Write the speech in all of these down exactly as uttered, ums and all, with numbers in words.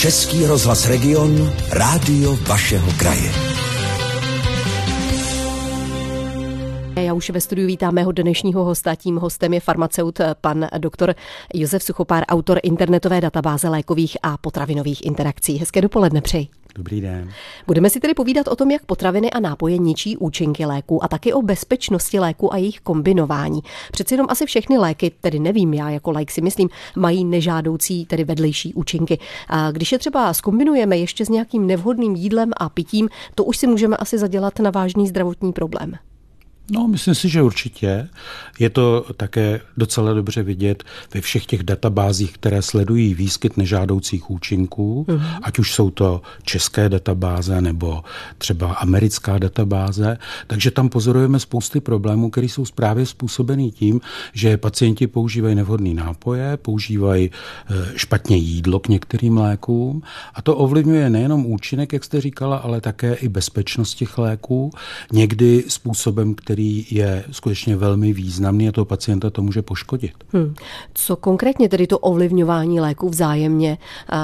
Český rozhlas Region, rádio vašeho kraje. Já už ve studiu vítám mého dnešního hosta, tím hostem je farmaceut pan doktor Josef Suchopár, autor internetové databáze lékových a potravinových interakcí. Hezké dopoledne přeji. Dobrý den. Budeme si tedy povídat o tom, jak potraviny a nápoje ničí účinky léků a taky o bezpečnosti léku a jejich kombinování. Přeci jenom asi všechny léky, tedy nevím, já jako laik si myslím, mají nežádoucí, tedy vedlejší účinky. A když je třeba zkombinujeme ještě s nějakým nevhodným jídlem a pitím, to už si můžeme asi zadělat na vážný zdravotní problém. No, myslím si, že určitě. Je to také docela dobře vidět ve všech těch databázích, které sledují výskyt nežádoucích účinků, uh-huh. ať už jsou to české databáze nebo třeba americká databáze. Takže tam pozorujeme spousty problémů, které jsou právě způsobený tím, že pacienti používají nevhodné nápoje, používají špatně jídlo k některým lékům a to ovlivňuje nejenom účinek, jak jste říkala, ale také i bezpečnost těch léků, někdy způsobem, který který je skutečně velmi významný a toho pacienta to může poškodit. Hmm. Co konkrétně tedy to ovlivňování léků vzájemně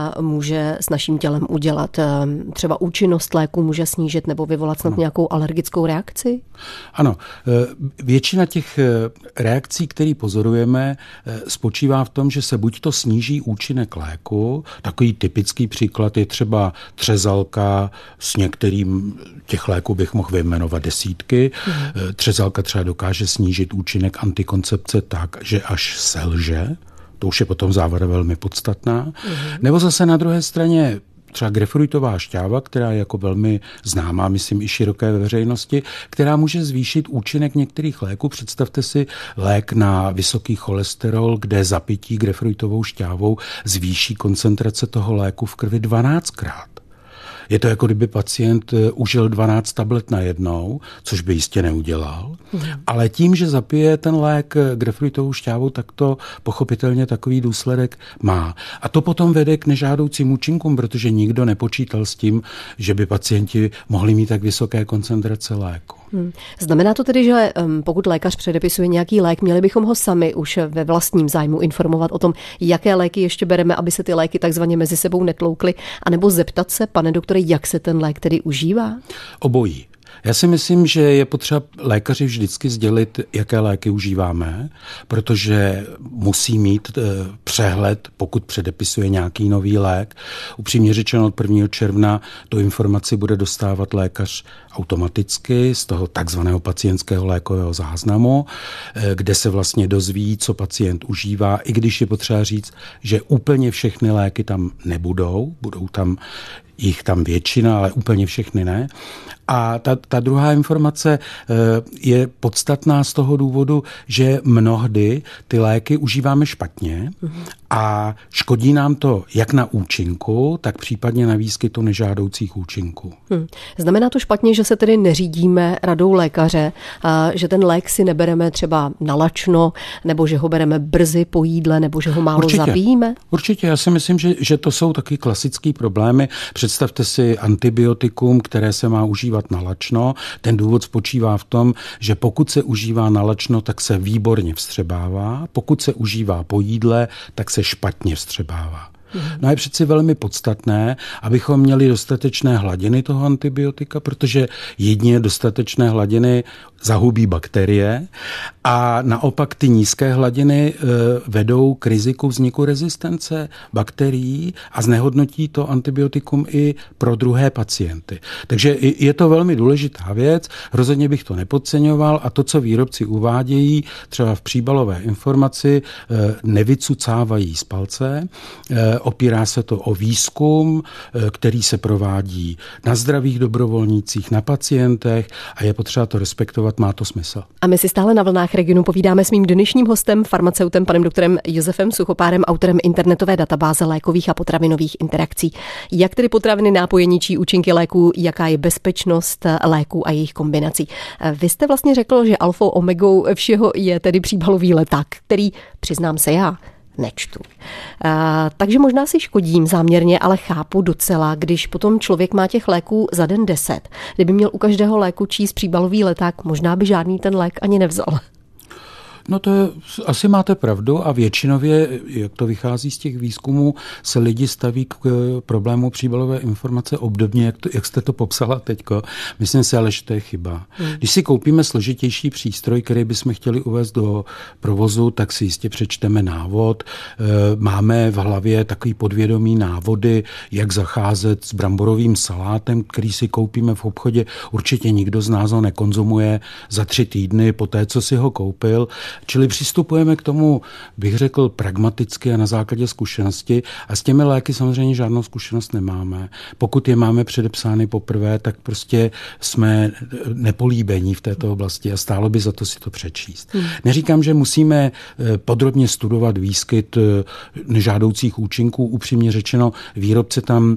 může s naším tělem udělat? Třeba účinnost léku může snížit nebo vyvolat snad ano. nějakou alergickou reakci? Ano. Většina těch reakcí, které pozorujeme, spočívá v tom, že se buď to sníží účinek léku, takový typický příklad je třeba třezalka, s některým těch léků bych mohl vyjmenovat desítky. Hmm. Třezalka třeba dokáže snížit účinek antikoncepce tak, že až selže. To už je potom závada velmi podstatná. Mm-hmm. Nebo zase na druhé straně třeba grapefruitová šťáva, která je jako velmi známá, myslím, i široké veřejnosti, která může zvýšit účinek některých léků. Představte si lék na vysoký cholesterol, kde zapití grapefruitovou šťávou zvýší koncentrace toho léku v krvi dvanáctkrát. Je to jako kdyby pacient užil dvanáct tablet najednou, což by jistě neudělal, mm. ale tím, že zapije ten lék grapefruitovou šťávou, tak to pochopitelně takový důsledek má. A to potom vede k nežádoucím účinkům, protože nikdo nepočítal s tím, že by pacienti mohli mít tak vysoké koncentrace léku. Hmm. Znamená to tedy, že pokud lékař předepisuje nějaký lék, měli bychom ho sami už ve vlastním zájmu informovat o tom, jaké léky ještě bereme, aby se ty léky takzvaně mezi sebou netloukly, anebo zeptat se, pane doktore, jak se ten lék tedy užívá? Obojí. Já si myslím, že je potřeba lékaři vždycky sdělit, jaké léky užíváme, protože musí mít přehled, pokud předepisuje nějaký nový lék. Upřímně řečeno, od prvního června tu informaci bude dostávat lékař automaticky z toho takzvaného pacientského lékového záznamu, kde se vlastně dozví, co pacient užívá, i když je potřeba říct, že úplně všechny léky tam nebudou, budou tam jich tam většina, ale úplně všechny ne. A ta, ta druhá informace je podstatná z toho důvodu, že mnohdy ty léky užíváme špatně a škodí nám to jak na účinku, tak případně na výskytu nežádoucích účinků. Hmm. Znamená to špatně, že se tedy neřídíme radou lékaře, a že ten lék si nebereme třeba nalačno, nebo že ho bereme brzy po jídle, nebo že ho málo Určitě. zabíjíme? Určitě, já si myslím, že, že to jsou taky klasický problémy. Představte si antibiotikum, které se má užívat nalačno. Ten důvod spočívá v tom, že pokud se užívá nalačno, tak se výborně vstřebává. Pokud se užívá po jídle, tak se špatně vstřebává. No je přeci velmi podstatné, abychom měli dostatečné hladiny toho antibiotika, protože jedině dostatečné hladiny zahubí bakterie a naopak ty nízké hladiny e, vedou k riziku vzniku rezistence bakterií a znehodnotí to antibiotikum i pro druhé pacienty. Takže je to velmi důležitá věc, rozhodně bych to nepodceňoval a to, co výrobci uvádějí, třeba v příbalové informaci, e, nevycucávají z palce, e, opírá se to o výzkum, který se provádí na zdravých dobrovolnících, na pacientech a je potřeba to respektovat, má to smysl. A my si stále na vlnách Regionu povídáme s mým dnešním hostem, farmaceutem, panem doktorem Josefem Suchopárem, autorem internetové databáze lékových a potravinových interakcí. Jak tedy potraviny, nápoje ničí účinky léků, jaká je bezpečnost léků a jejich kombinací. Vy jste vlastně řekl, že alfou omegou všeho je tedy příbalový leták, který, přiznám se já, nečtu. A, takže možná si škodím záměrně, ale chápu docela, když potom člověk má těch léků za den deset. Kdyby měl u každého léku číst příbalový leták, možná by žádný ten lék ani nevzal. No to je, asi máte pravdu a většinově, jak to vychází z těch výzkumů, se lidi staví k problému příbalové informace obdobně, jak, to, jak jste to popsala teďko. Myslím si ale, že to je chyba. Hmm. Když si koupíme složitější přístroj, který bychom chtěli uvést do provozu, tak si jistě přečteme návod. Máme v hlavě takový podvědomý návody, jak zacházet s bramborovým salátem, který si koupíme v obchodě. Určitě nikdo z nás ho nekonzumuje za tři týdny po té, co si ho koupil. Čili přistupujeme k tomu, bych řekl, pragmaticky a na základě zkušenosti a s těmi léky samozřejmě žádnou zkušenost nemáme. Pokud je máme předepsány poprvé, tak prostě jsme nepolíbení v této oblasti a stálo by za to si to přečíst. Hmm. Neříkám, že musíme podrobně studovat výskyt nežádoucích účinků. Upřímně řečeno, výrobce tam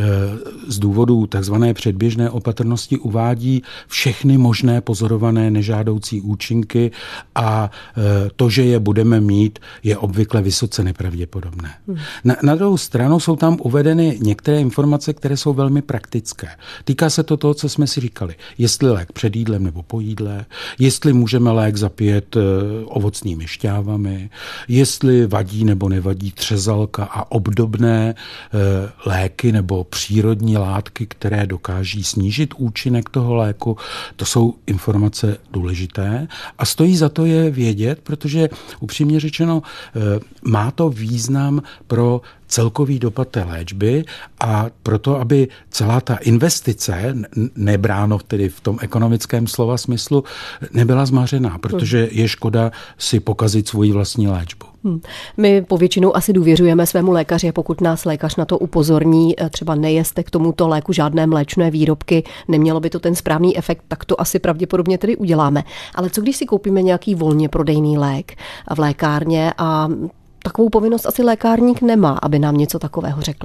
z důvodu takzvané předběžné opatrnosti uvádí všechny možné pozorované nežádoucí účinky a to, že je budeme mít, je obvykle vysoce nepravděpodobné. Hmm. Na, na druhou stranu jsou tam uvedeny některé informace, které jsou velmi praktické. Týká se to toho, co jsme si říkali. Jestli lék před jídlem nebo po jídle, jestli můžeme lék zapít ovocnými šťávami, jestli vadí nebo nevadí třezalka a obdobné léky nebo přírodní látky, které dokáží snížit účinek toho léku. To jsou informace důležité a stojí za to je vědět, protože upřímně řečeno má to význam pro celkový dopad té léčby a proto, aby celá ta investice, nebráno tedy v tom ekonomickém slova smyslu, nebyla zmařená, protože je škoda si pokazit svoji vlastní léčbu. Hmm. My povětšinou asi důvěřujeme svému lékaři, pokud nás lékař na to upozorní, třeba nejeste k tomuto léku žádné mléčné výrobky, nemělo by to ten správný efekt, tak to asi pravděpodobně tedy uděláme. Ale co když si koupíme nějaký volně prodejný lék v lékárně a takovou povinnost asi lékárník nemá, aby nám něco takového řekl?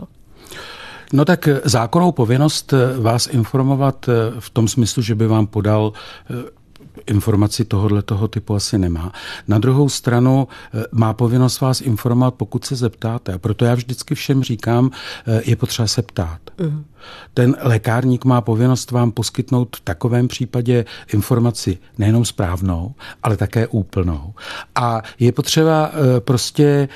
No tak zákonnou povinnost vás informovat v tom smyslu, že by vám podal informaci tohoto typu asi nemá. Na druhou stranu má povinnost vás informovat, pokud se zeptáte. A proto já vždycky všem říkám, je potřeba se ptát. Uh-huh. Ten lékárník má povinnost vám poskytnout v takovém případě informaci nejenom správnou, ale také úplnou. A je potřeba prostě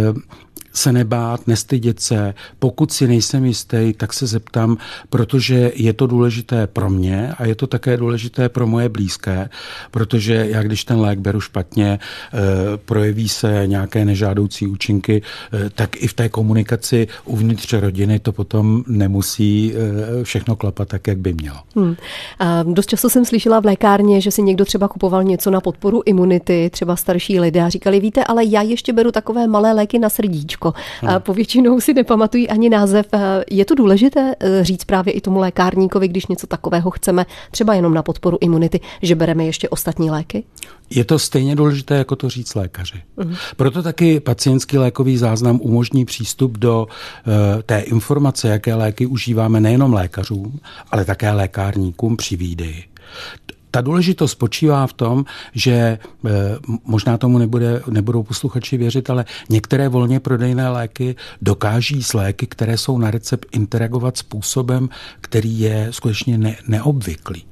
se nebát, nestydět se. Pokud si nejsem jistý, tak se zeptám, protože je to důležité pro mě a je to také důležité pro moje blízké, protože já, když ten lék beru špatně, projeví se nějaké nežádoucí účinky, tak i v té komunikaci uvnitř rodiny to potom nemusí všechno klapat tak, jak by mělo. Hmm. A dost často jsem slyšela v lékárně, že si někdo třeba kupoval něco na podporu imunity, třeba starší lidé a říkali, víte, ale já ještě beru takové malé léky na srdíčko. A povětšinou si nepamatují ani název. Je to důležité říct právě i tomu lékárníkovi, když něco takového chceme, třeba jenom na podporu imunity, že bereme ještě ostatní léky? Je to stejně důležité, jako to říct lékaři. Uh-huh. Proto taky pacientský lékový záznam umožní přístup do uh, té informace, jaké léky užíváme nejenom lékařům, ale také lékárníkům při výdeji. Ta důležitost spočívá v tom, že možná tomu nebude, nebudou posluchači věřit, ale některé volně prodejné léky dokáží s léky, které jsou na recept, interagovat způsobem, který je skutečně ne, neobvyklý.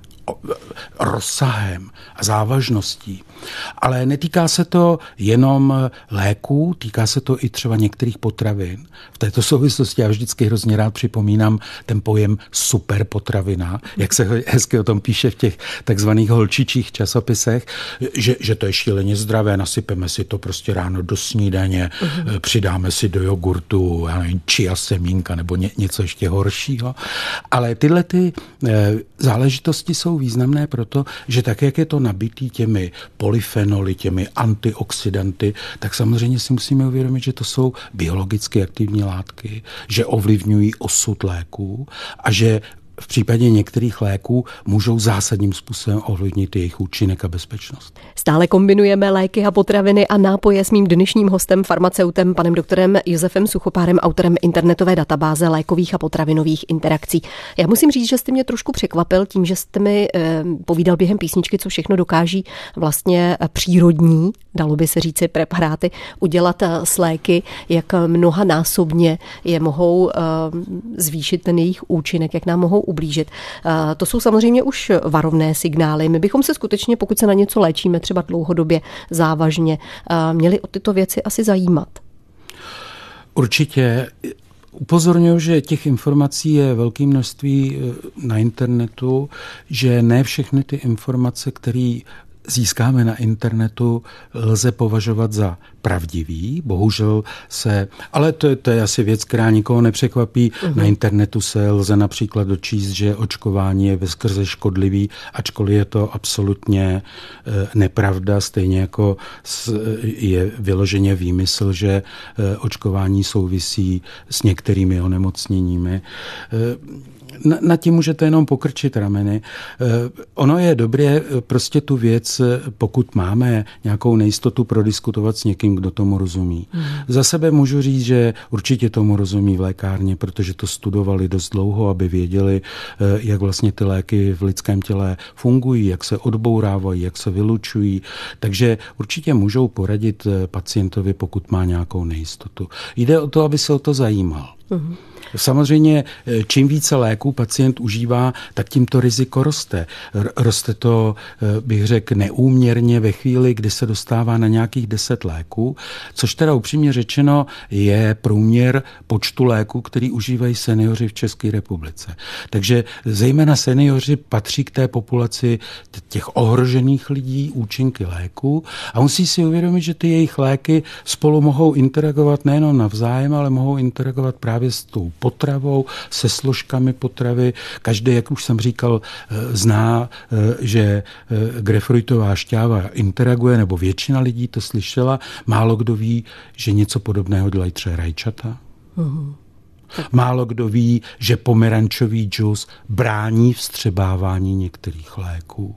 Rozsahem a závažností. Ale netýká se to jenom léků, týká se to i třeba některých potravin. V této souvislosti já vždycky hrozně rád připomínám ten pojem superpotravina, jak se hezky o tom píše v těch takzvaných holčičích časopisech, že, že to je šíleně zdravé, nasypeme si to prostě ráno do snídaně, uh-huh. přidáme si do jogurtu, já nevím, chia semínka nebo ně, něco ještě horšího. Ale tyhle ty e, záležitosti jsou významné proto, že tak, jak je to nabitý těmi polyfenoly, těmi antioxidanty, tak samozřejmě si musíme uvědomit, že to jsou biologicky aktivní látky, že ovlivňují osud léků a že v případě některých léků můžou zásadním způsobem ovlivnit jejich účinek a bezpečnost. Stále kombinujeme léky a potraviny a nápoje s mým dnešním hostem, farmaceutem, panem doktorem Josefem Suchopárem, autorem internetové databáze lékových a potravinových interakcí. Já musím říct, že jste mě trošku překvapil tím, že jste mi eh, povídal během písničky, co všechno dokáží vlastně přírodní dalo by se říci preparáty, udělat s léky, jak mnohanásobně je mohou zvýšit ten jejich účinek, jak nám mohou ublížit. To jsou samozřejmě už varovné signály. My bychom se skutečně, pokud se na něco léčíme, třeba dlouhodobě, závažně, měli o tyto věci asi zajímat. Určitě. Upozorňuji, že těch informací je velké množství na internetu, že ne všechny ty informace, které získáme na internetu, lze považovat za pravdivý. Bohužel se, ale to, to je asi věc, která nikoho nepřekvapí. Uh-huh. Na internetu se lze například dočíst, že očkování je veskrze škodlivý, ačkoliv je to absolutně e, nepravda, stejně jako s, je vyloženě výmysl, že e, očkování souvisí s některými onemocněními. E, Na, na tím můžete jenom pokrčit rameny. Eh, ono je dobré prostě tu věc, pokud máme nějakou nejistotu, prodiskutovat s někým, kdo tomu rozumí. Mm. Za sebe můžu říct, že určitě tomu rozumí v lékárně, protože to studovali dost dlouho, aby věděli, eh, jak vlastně ty léky v lidském těle fungují, jak se odbourávají, jak se vylučují. Takže určitě můžou poradit pacientovi, pokud má nějakou nejistotu. Jde o to, aby se o to zajímal. Mm. Samozřejmě, čím více léků pacient užívá, tak tím to riziko roste. Roste to, bych řekl, neúměrně ve chvíli, kdy se dostává na nějakých deset léků, což teda upřímně řečeno je průměr počtu léků, který užívají seniori v České republice. Takže zejména seniori patří k té populaci těch ohrožených lidí účinky léků a musí si uvědomit, že ty jejich léky spolu mohou interagovat nejenom navzájem, ale mohou interagovat právě s tou potravou, se složkami potravy. Každý, jak už jsem říkal, zná, že grapefruitová šťáva interaguje, nebo většina lidí to slyšela. Málo kdo ví, že něco podobného dělají třeba rajčata. Uhum. Málo kdo ví, že pomerančový džus brání vstřebávání některých léků.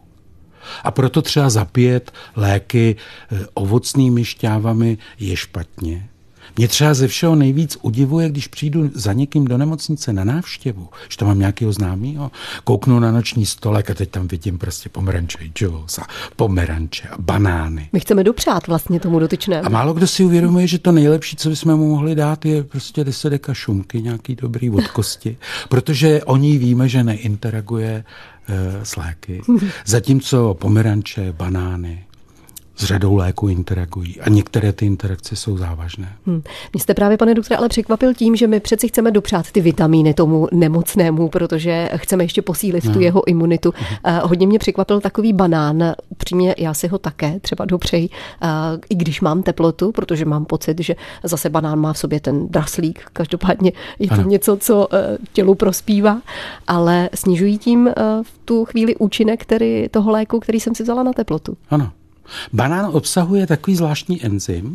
A proto třeba zapít léky ovocnými šťávami je špatně. Mě třeba ze všeho nejvíc udivuje, když přijdu za někým do nemocnice na návštěvu, že tam mám nějakého známého, kouknu na noční stolek a teď tam vidím prostě pomerančový džus a pomeranče a banány. My chceme dopřát vlastně tomu dotyčnému. A málo kdo si uvědomuje, že to nejlepší, co bychom mu mohli dát, je prostě deset deka šunky, nějaký dobrý od kosti, protože o ní víme, že neinteraguje e, s léky. Zatímco pomeranče, banány s řadou léků interagují a některé ty interakce jsou závažné. Hmm. Mě jste právě, pane doktore, ale překvapil tím, že my přeci chceme dopřát ty vitamíny tomu nemocnému, protože chceme ještě posílit no. tu jeho imunitu. Uh, hodně mě překvapil takový banán. Upřímně já si ho také třeba dopřeji, uh, i když mám teplotu, protože mám pocit, že zase banán má v sobě ten draslík. Každopádně je to ano. něco, co uh, tělu prospívá, ale snižují tím uh, v tu chvíli účinek který, toho léku, který jsem si vzala na teplotu. Ano. Banán obsahuje takový zvláštní enzym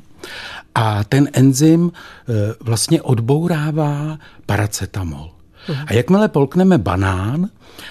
a ten enzym vlastně odbourává paracetamol. Uh-huh. A jakmile polkneme banán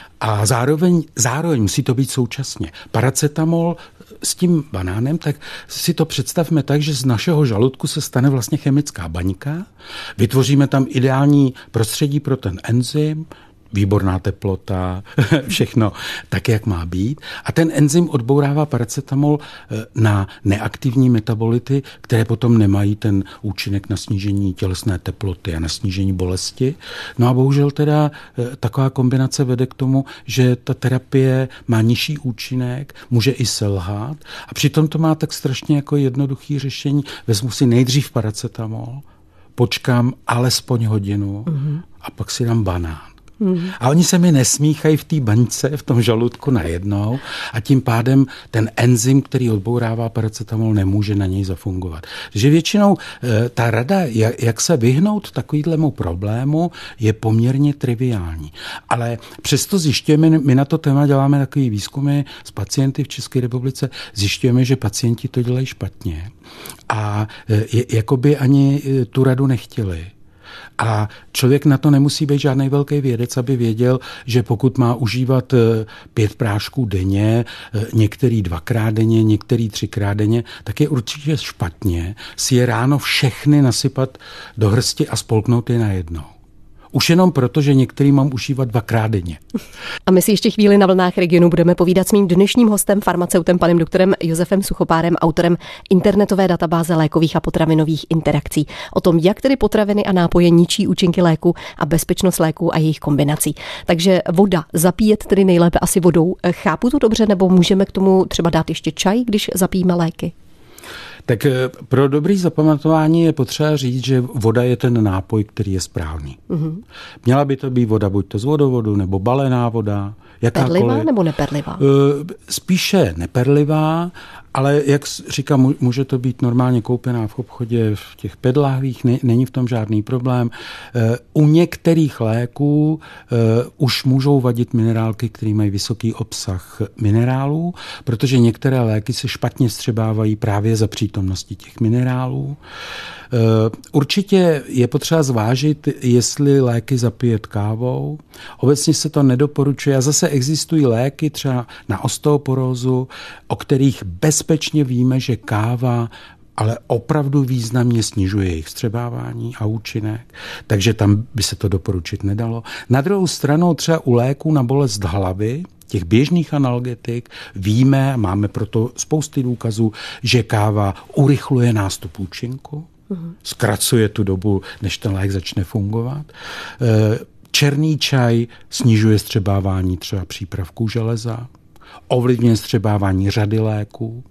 a zároveň, zároveň musí to být současně paracetamol s tím banánem, tak si to představme tak, že z našeho žaludku se stane vlastně chemická baňka, vytvoříme tam ideální prostředí pro ten enzym, výborná teplota, všechno tak, jak má být. A ten enzym odbourává paracetamol na neaktivní metabolity, které potom nemají ten účinek na snížení tělesné teploty a na snížení bolesti. No a bohužel teda taková kombinace vede k tomu, že ta terapie má nižší účinek, může i selhat a přitom to má tak strašně jako jednoduchý řešení. Vezmu si nejdřív paracetamol, počkám alespoň hodinu mm-hmm. a pak si dám banán. Hmm. A oni se mi nesmíchají v té baňce, v tom žaludku najednou a tím pádem ten enzym, který odbourává paracetamol, nemůže na něj zafungovat. Takže většinou e, ta rada, jak, jak se vyhnout takovýhlemu problému, je poměrně triviální. Ale přesto zjišťujeme, my na to téma děláme takový výzkumy s pacienty v České republice, zjišťujeme, že pacienti to dělají špatně a e, jakoby ani tu radu nechtěli. A člověk na to nemusí být žádný velký vědec, aby věděl, že pokud má užívat pět prášků denně, některý dvakrát denně, některý třikrát denně, tak je určitě špatně si je ráno všechny nasypat do hrsti a spolknout je najednou. Už jenom proto, že některý mám užívat dvakrát denně. A my si ještě chvíli na vlnách Regionu budeme povídat s mým dnešním hostem, farmaceutem, panem doktorem Josefem Suchopárem, autorem internetové databáze lékových a potravinových interakcí. O tom, jak tedy potraviny a nápoje ničí účinky léku a bezpečnost léků a jejich kombinací. Takže voda, zapíjet tedy nejlépe asi vodou. Chápu to dobře, nebo můžeme k tomu třeba dát ještě čaj, když zapijeme léky? Tak pro dobrý zapamatování je potřeba říct, že voda je ten nápoj, který je správný. Mm-hmm. Měla by to být voda buď to z vodovodu, nebo balená voda. Jakákoliv. Perlivá nebo neperlivá? Spíše neperlivá, ale jak říkám, může to být normálně koupená v obchodě v těch pedláhvích, není v tom žádný problém. U některých léků už můžou vadit minerálky, které mají vysoký obsah minerálů, protože některé léky se špatně střebávají právě za přítomnosti těch minerálů. Určitě je potřeba zvážit, jestli léky zapíjet kávou. Obecně se to nedoporučuje a zase existují léky třeba na osteoporózu, o kterých bezpečně víme, že káva ale opravdu významně snižuje jejich vstřebávání a účinek, takže tam by se to doporučit nedalo. Na druhou stranu třeba u léků na bolest hlavy, těch běžných analgetik, víme, máme proto spousty důkazů, že káva urychluje nástup účinku, zkracuje tu dobu, než ten lék začne fungovat. Černý čaj snižuje střebávání třeba přípravků železa, ovlivňuje střebávání řady léků.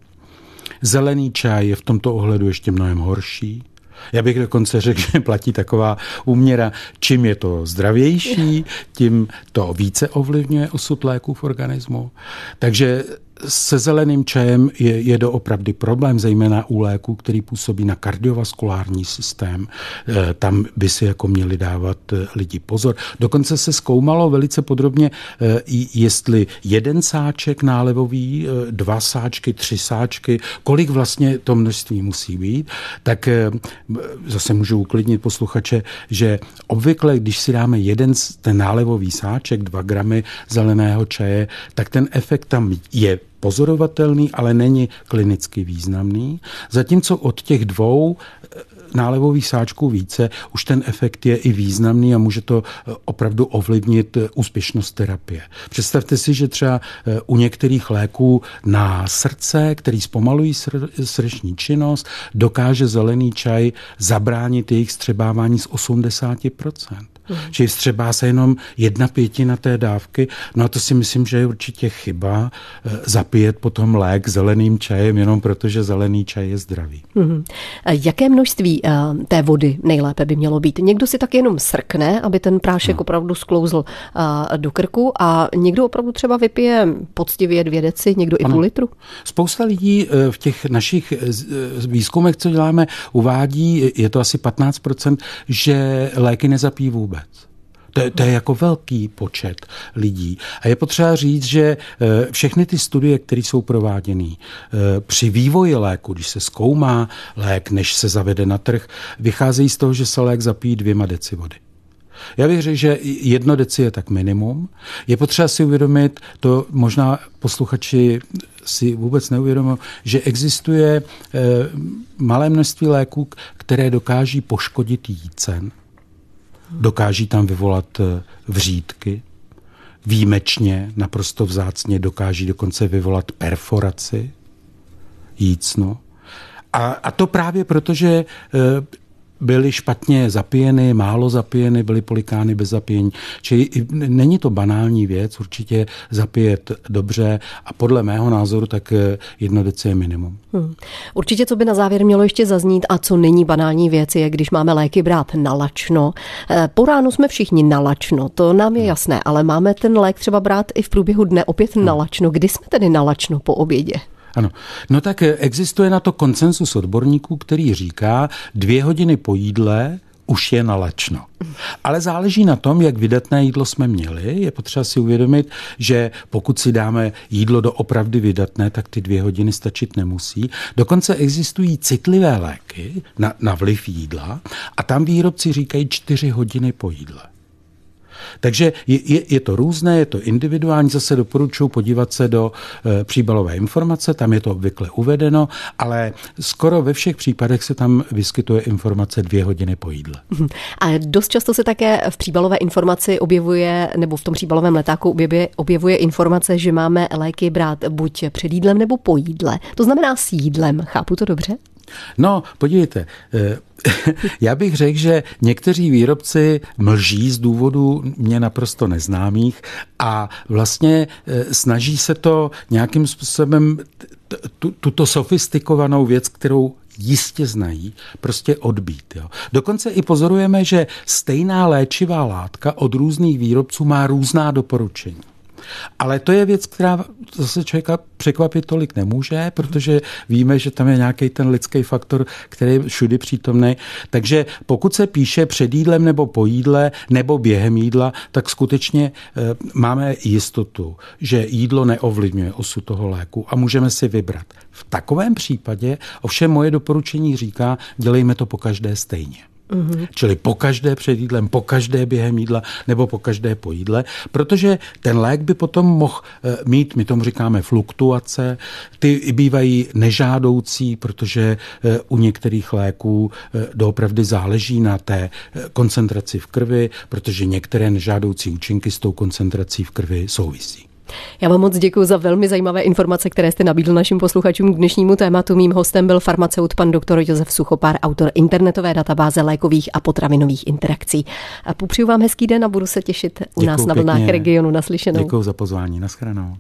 Zelený čaj je v tomto ohledu ještě mnohem horší. Já bych dokonce řekl, že platí taková úměra, čím je to zdravější, tím to více ovlivňuje osud léků v organismu. Takže se zeleným čajem je, je doopravdy problém, zejména u léků, který působí na kardiovaskulární systém. E, tam by si jako měli dávat lidi pozor. Dokonce se zkoumalo velice podrobně, e, jestli jeden sáček nálevový, e, dva sáčky, tři sáčky, kolik vlastně to množství musí být. Tak e, zase můžu uklidnit posluchače, že obvykle, když si dáme jeden ten nálevový sáček, dva gramy zeleného čaje, tak ten efekt tam je pozorovatelný, ale není klinicky významný. Zatímco od těch dvou nálevových sáčků více, už ten efekt je i významný a může to opravdu ovlivnit úspěšnost terapie. Představte si, že třeba u některých léků na srdce, který zpomalují srdeční činnost, dokáže zelený čaj zabránit jejich střebávání z osmdesát procent. Mm. Že vstřebá se jenom jedna pětina té dávky. No a to si myslím, že je určitě chyba zapíjet potom lék zeleným čajem, jenom protože zelený čaj je zdravý. Mm. Jaké množství té vody nejlépe by mělo být? Někdo si tak jenom srkne, aby ten prášek no. opravdu sklouzl do krku, a někdo opravdu třeba vypije poctivě dvě deci, někdo ano. i půl litru? Spousta lidí v těch našich výzkumech, co děláme, uvádí, je to asi patnáct procent, že léky nezapíjí vůbec. To, to je jako velký počet lidí. A je potřeba říct, že všechny ty studie, které jsou prováděné při vývoji léku, když se zkoumá lék, než se zavede na trh, vycházejí z toho, že se lék zapíjí dvěma deci vody. Já bych řekl, že jedno deci je tak minimum. Je potřeba si uvědomit, to možná posluchači si vůbec neuvědomují, že existuje malé množství léků, které dokáží poškodit jícen. Dokáží tam vyvolat vřídky, výjimečně, naprosto vzácně dokáží dokonce vyvolat perforaci jícnu. A, a to právě proto, že byly špatně zapíjeny, málo zapíjeny, byly polikány bez zapíjení. Čili není to banální věc, určitě zapíjet dobře a podle mého názoru tak jedno deci je minimum. Hmm. Určitě, co by na závěr mělo ještě zaznít a co není banální věc, je, když máme léky brát nalačno. Po ránu jsme všichni nalačno, to nám je jasné, ale máme ten lék třeba brát i v průběhu dne opět nalačno. Kdy jsme tedy nalačno po obědě? Ano. No tak existuje na to konsenzus odborníků, který říká, dvě hodiny po jídle už je nalačno. Ale záleží na tom, jak vydatné jídlo jsme měli. Je potřeba si uvědomit, že pokud si dáme jídlo do opravdu vydatné, tak ty dvě hodiny stačit nemusí. Dokonce existují citlivé léky na, na vliv jídla a tam výrobci říkají čtyři hodiny po jídle. Takže je, je, je to různé, je to individuální, zase doporučuji podívat se do e, příbalové informace, tam je to obvykle uvedeno, ale skoro ve všech případech se tam vyskytuje informace dvě hodiny po jídle. A dost často se také v příbalové informaci objevuje, nebo v tom příbalovém letáku objevuje, objevuje informace, že máme léky brát buď před jídlem nebo po jídle. To znamená s jídlem. Chápu to dobře? No, podívejte, já bych řekl, že někteří výrobci mlží z důvodu mě naprosto neznámých a vlastně snaží se to nějakým způsobem, tuto sofistikovanou věc, kterou jistě znají, prostě odbít. Jo. Dokonce i pozorujeme, že stejná léčivá látka od různých výrobců má různá doporučení. Ale to je věc, která zase člověka překvapit tolik nemůže, protože víme, že tam je nějaký ten lidský faktor, který je všudy přítomný. Takže pokud se píše před jídlem nebo po jídle nebo během jídla, tak skutečně e, máme jistotu, že jídlo neovlivňuje osud toho léku a můžeme si vybrat. V takovém případě ovšem moje doporučení říká, dělejme to pokaždé stejně. Mm-hmm. Čili po každé před jídlem, po každé během jídla nebo po každé po jídle, protože ten lék by potom mohl mít, my tomu říkáme fluktuace, ty bývají nežádoucí, protože u některých léků doopravdy záleží na té koncentraci v krvi, protože některé nežádoucí účinky s tou koncentrací v krvi souvisí. Já vám moc děkuji za velmi zajímavé informace, které jste nabídl našim posluchačům k dnešnímu tématu. Mým hostem byl farmaceut pan doktor Josef Suchopár, autor internetové databáze lékových a potravinových interakcí. A popřeju vám hezký den a budu se těšit u děkuju nás na pěkně. vlnách Regionu. Naslyšenou. Děkuji za pozvání. Naschledanou.